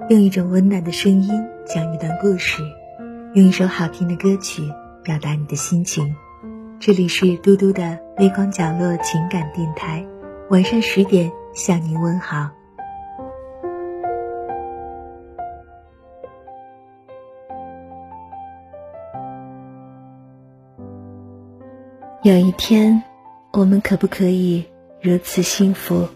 用一种温暖的声音讲一段故事，用一首好听的歌曲表达你的心情。这里是嘟嘟的微光角落情感电台，晚上10点向您问好。有一天，我们可不可以如此幸福？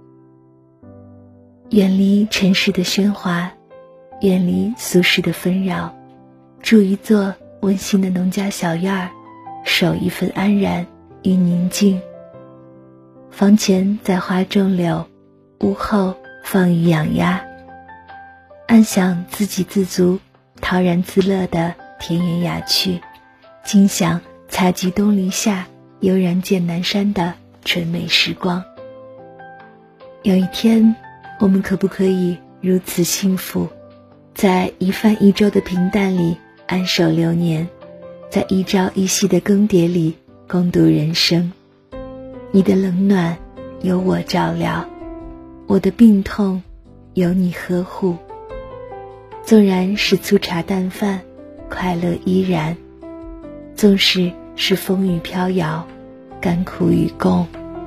远离尘世的喧哗，远离俗世的纷扰，住一座温馨的农家小院儿，守一份安然与宁静。房前栽花种柳，屋后放鱼养鸭，安享自给自足、陶然自乐的田园雅趣，尽享采菊东篱下，悠然见南山的纯美时光。有一天，我们可不可以如此幸福，在一饭一粥的平淡里安守流年，在一朝一夕的更迭里共度人生。你的冷暖有我照料，我的病痛有你呵护。纵然是粗茶淡饭，快乐依然；纵使是风雨飘摇，甘苦与共。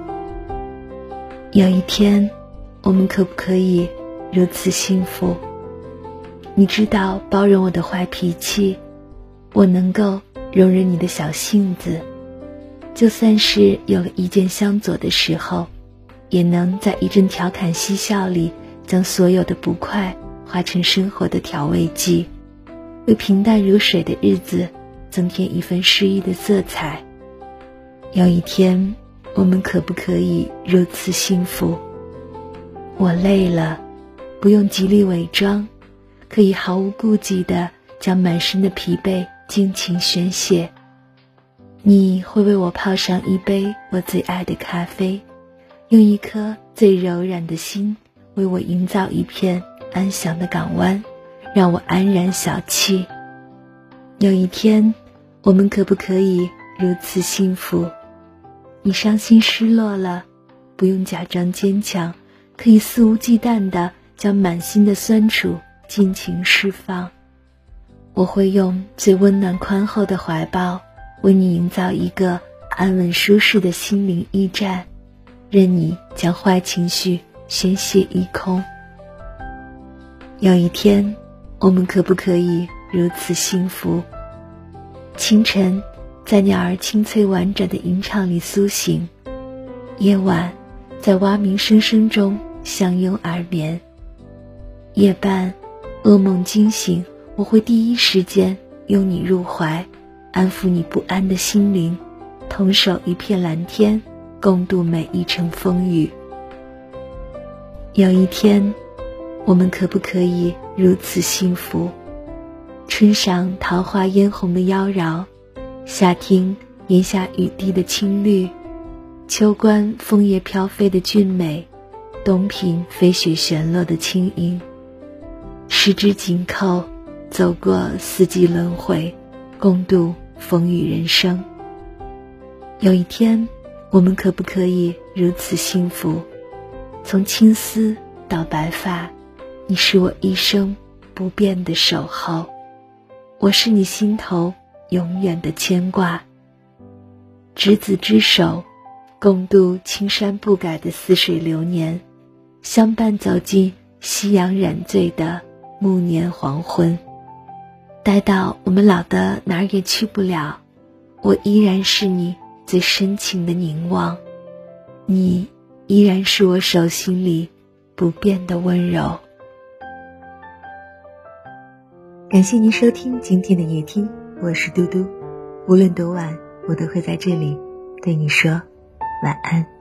有一天，我们可不可以如此幸福？你知道包容我的坏脾气，我能够容忍你的小性子，就算是有了意见相左的时候，也能在一阵调侃嬉笑里，将所有的不快化成生活的调味剂，为平淡如水的日子增添一份诗意的色彩。有一天，我们可不可以如此幸福？我累了，不用极力伪装，可以毫无顾忌地将满身的疲惫尽情宣泄。你会为我泡上一杯我最爱的咖啡，用一颗最柔软的心为我营造一片安详的港湾，让我安然小憩。有一天，我们可不可以如此幸福？你伤心失落了，不用假装坚强，可以肆无忌惮地将满心的酸楚尽情释放。我会用最温暖宽厚的怀抱，为你营造一个安稳舒适的心灵驿站，任你将坏情绪宣泄一空。有一天，我们可不可以如此幸福？清晨，在鸟儿清脆婉转的吟唱里苏醒；夜晚，在蛙鸣声声中相拥而眠。夜半，噩梦惊醒，我会第一时间拥你入怀，安抚你不安的心灵，同守一片蓝天，共度每一程风雨。有一天，我们可不可以如此幸福？春赏桃花嫣红的妖娆，夏听檐下雨滴的青绿，秋观枫叶飘飞的俊美，冬品飞雪旋落的轻盈。十指紧扣，走过四季轮回，共度风雨人生。有一天，我们可不可以如此幸福？从青丝到白发，你是我一生不变的守候，我是你心头永远的牵挂。执子之手，共度青山不改的似水流年，相伴走进夕阳染醉的暮年黄昏。待到我们老得哪儿也去不了，我依然是你最深情的凝望，你依然是我手心里不变的温柔。感谢您收听今天的夜听，我是嘟嘟，无论多晚，我都会在这里对你说晚安。